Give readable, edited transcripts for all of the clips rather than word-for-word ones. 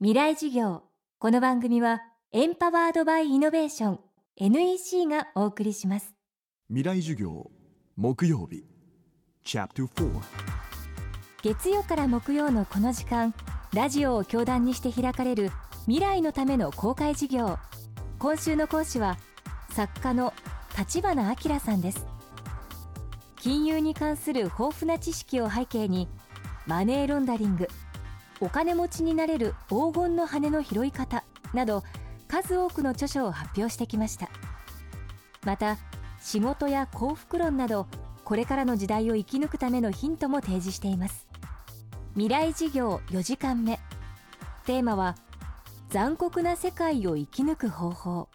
未来授業。この番組はエンパワードバイイノベーション NEC がお送りします。 未来授業木曜日チャプター4。 月曜から木曜のこの時間、ラジオを教壇にして開かれる未来のための公開授業。今週の講師は作家の立花明さんです。金融に関する豊富な知識を背景に、マネーロンダリング、お金持ちになれる黄金の羽の拾い方など数多くの著書を発表してきました。また仕事や幸福論など、これからの時代を生き抜くためのヒントも提示しています。未来授業4時間目、テーマは残酷な世界を生き抜く方法。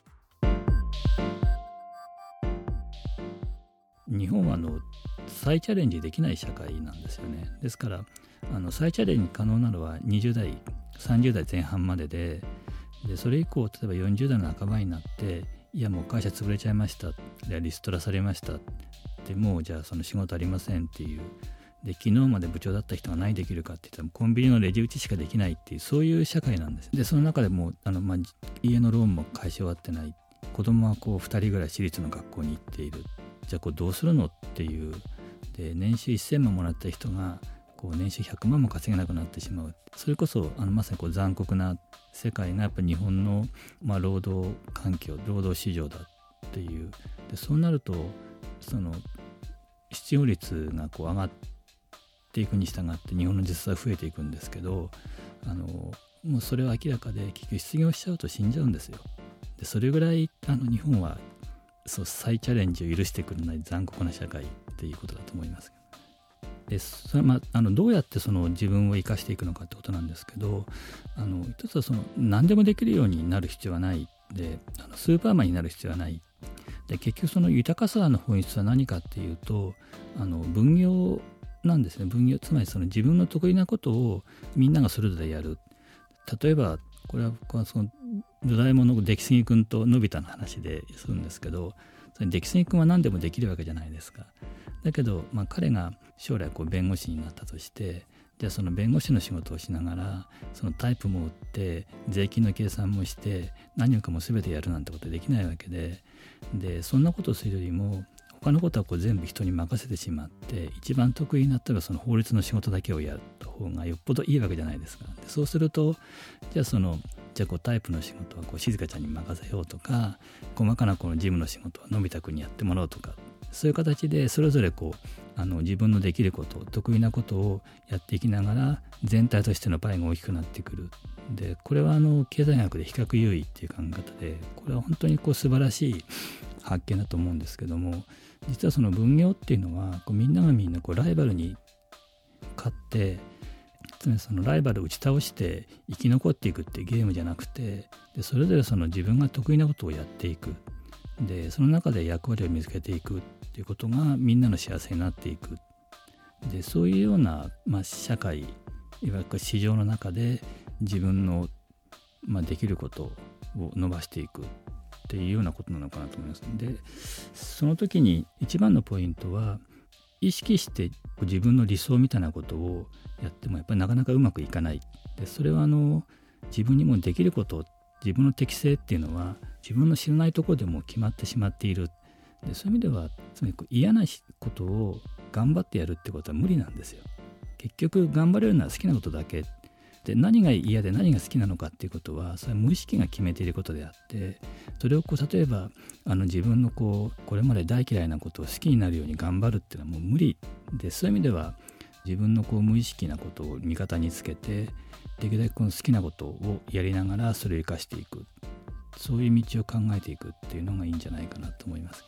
日本は再チャレンジできない社会なんですよね。ですから再チャレンジ可能なのは20代30代前半までで、それ以降例えば40代の半ばになって、いやもう会社潰れちゃいました、リストラされましたで、もうじゃあその仕事ありませんっていう、で昨日まで部長だった人が何できるかって言ったらコンビニのレジ打ちしかできないっていう、そういう社会なんです。でその中でも家のローンも返し終わってない、子供は2人ぐらい私立の学校に行っている、じゃあどうするのっていう、で年収1000万もらった人が年収100万も稼げなくなってしまう。それこそまさに残酷な世界がやっぱり日本の、労働環境、労働市場だっていう。でそうなるとその失業率が上がっていくに従って日本の実際増えていくんですけど、もうそれは明らかで、結局失業しちゃうと死んじゃうんですよ。でそれぐらい日本は再チャレンジを許してくれない残酷な社会っていうことだと思います。でそれはどうやって自分を生かしていくのかってことなんですけど、一つは何でもできるようになる必要はないで、スーパーマンになる必要はない。で結局豊かさの本質は何かっていうと分業なんですね。分業、つまり自分の得意なことをみんながそれぞれやる。例えばこれは僕はドラえもんの出来すぎくんとのび太の話でするんですけど、出来すぎくんは何でもできるわけじゃないですか。だけど、彼が将来弁護士になったとして、じゃあその弁護士の仕事をしながらタイプも打って税金の計算もして何もかも全てやるなんてことはできないわけで、そんなことをするよりも他のことは全部人に任せてしまって、一番得意になったら法律の仕事だけをやった方がよっぽどいいわけじゃないですか。でそうするとじゃあタイプの仕事は静香ちゃんに任せようとか、細かな事務の仕事はのび太くんにやってもらおうとか、そういう形でそれぞれ自分のできること、得意なことをやっていきながら全体としてのパイが大きくなってくる。でこれは経済学で比較優位っていう考え方で、これは本当に素晴らしい発見だと思うんですけども、実はその分業っていうのはみんながみんなライバルに勝って、つまりそのライバルを打ち倒して生き残っていくっていうゲームじゃなくて、でそれぞれ自分が得意なことをやっていく。でその中で役割を見つけていくっていうことがみんなの幸せになっていく。でそういうような、社会、いわゆる市場の中で自分の、できることを伸ばしていくっていうようなことなのかなと思います。でその時に一番のポイントは、意識して自分の理想みたいなことをやってもやっぱりなかなかうまくいかない。でそれは自分にもできること、自分の適性っていうのは自分の知らないところでも決まってしまっている。でそういう意味ではつまり嫌なことを頑張ってやるってことは無理なんですよ。結局頑張れるのは好きなことだけで、何が嫌で何が好きなのかっていうことはそれは無意識が決めていることであって、それを例えば自分のこれまで大嫌いなことを好きになるように頑張るっていうのはもう無理で、そういう意味では自分の無意識なことを味方につけて、できるだけ好きなことをやりながらそれを生かしていく、そういう道を考えていくっていうのがいいんじゃないかなと思います。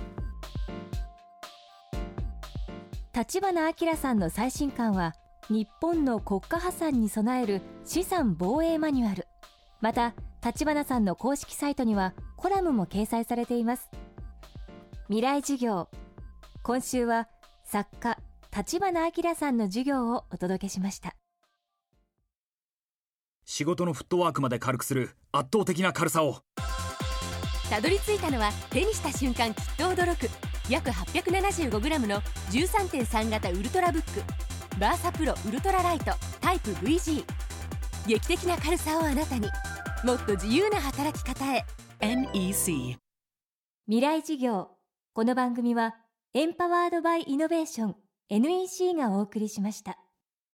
立花明さんの最新刊は、日本の国家破産に備える資産防衛マニュアル。また立花さんの公式サイトにはコラムも掲載されています。未来授業、今週は作家立花明さんの授業をお届けしました。 仕事のフットワークまで軽くする圧倒的な軽さを。 たどり着いたのは手にした瞬間きっと驚く約 875g の 13.3 型ウルトラブックバーサプロウルトラライトタイプ VG。 劇的な軽さをあなたに。もっと自由な働き方へ。 NEC。 未来事業。この番組はエンパワードバイイノベーション NEC がお送りしました。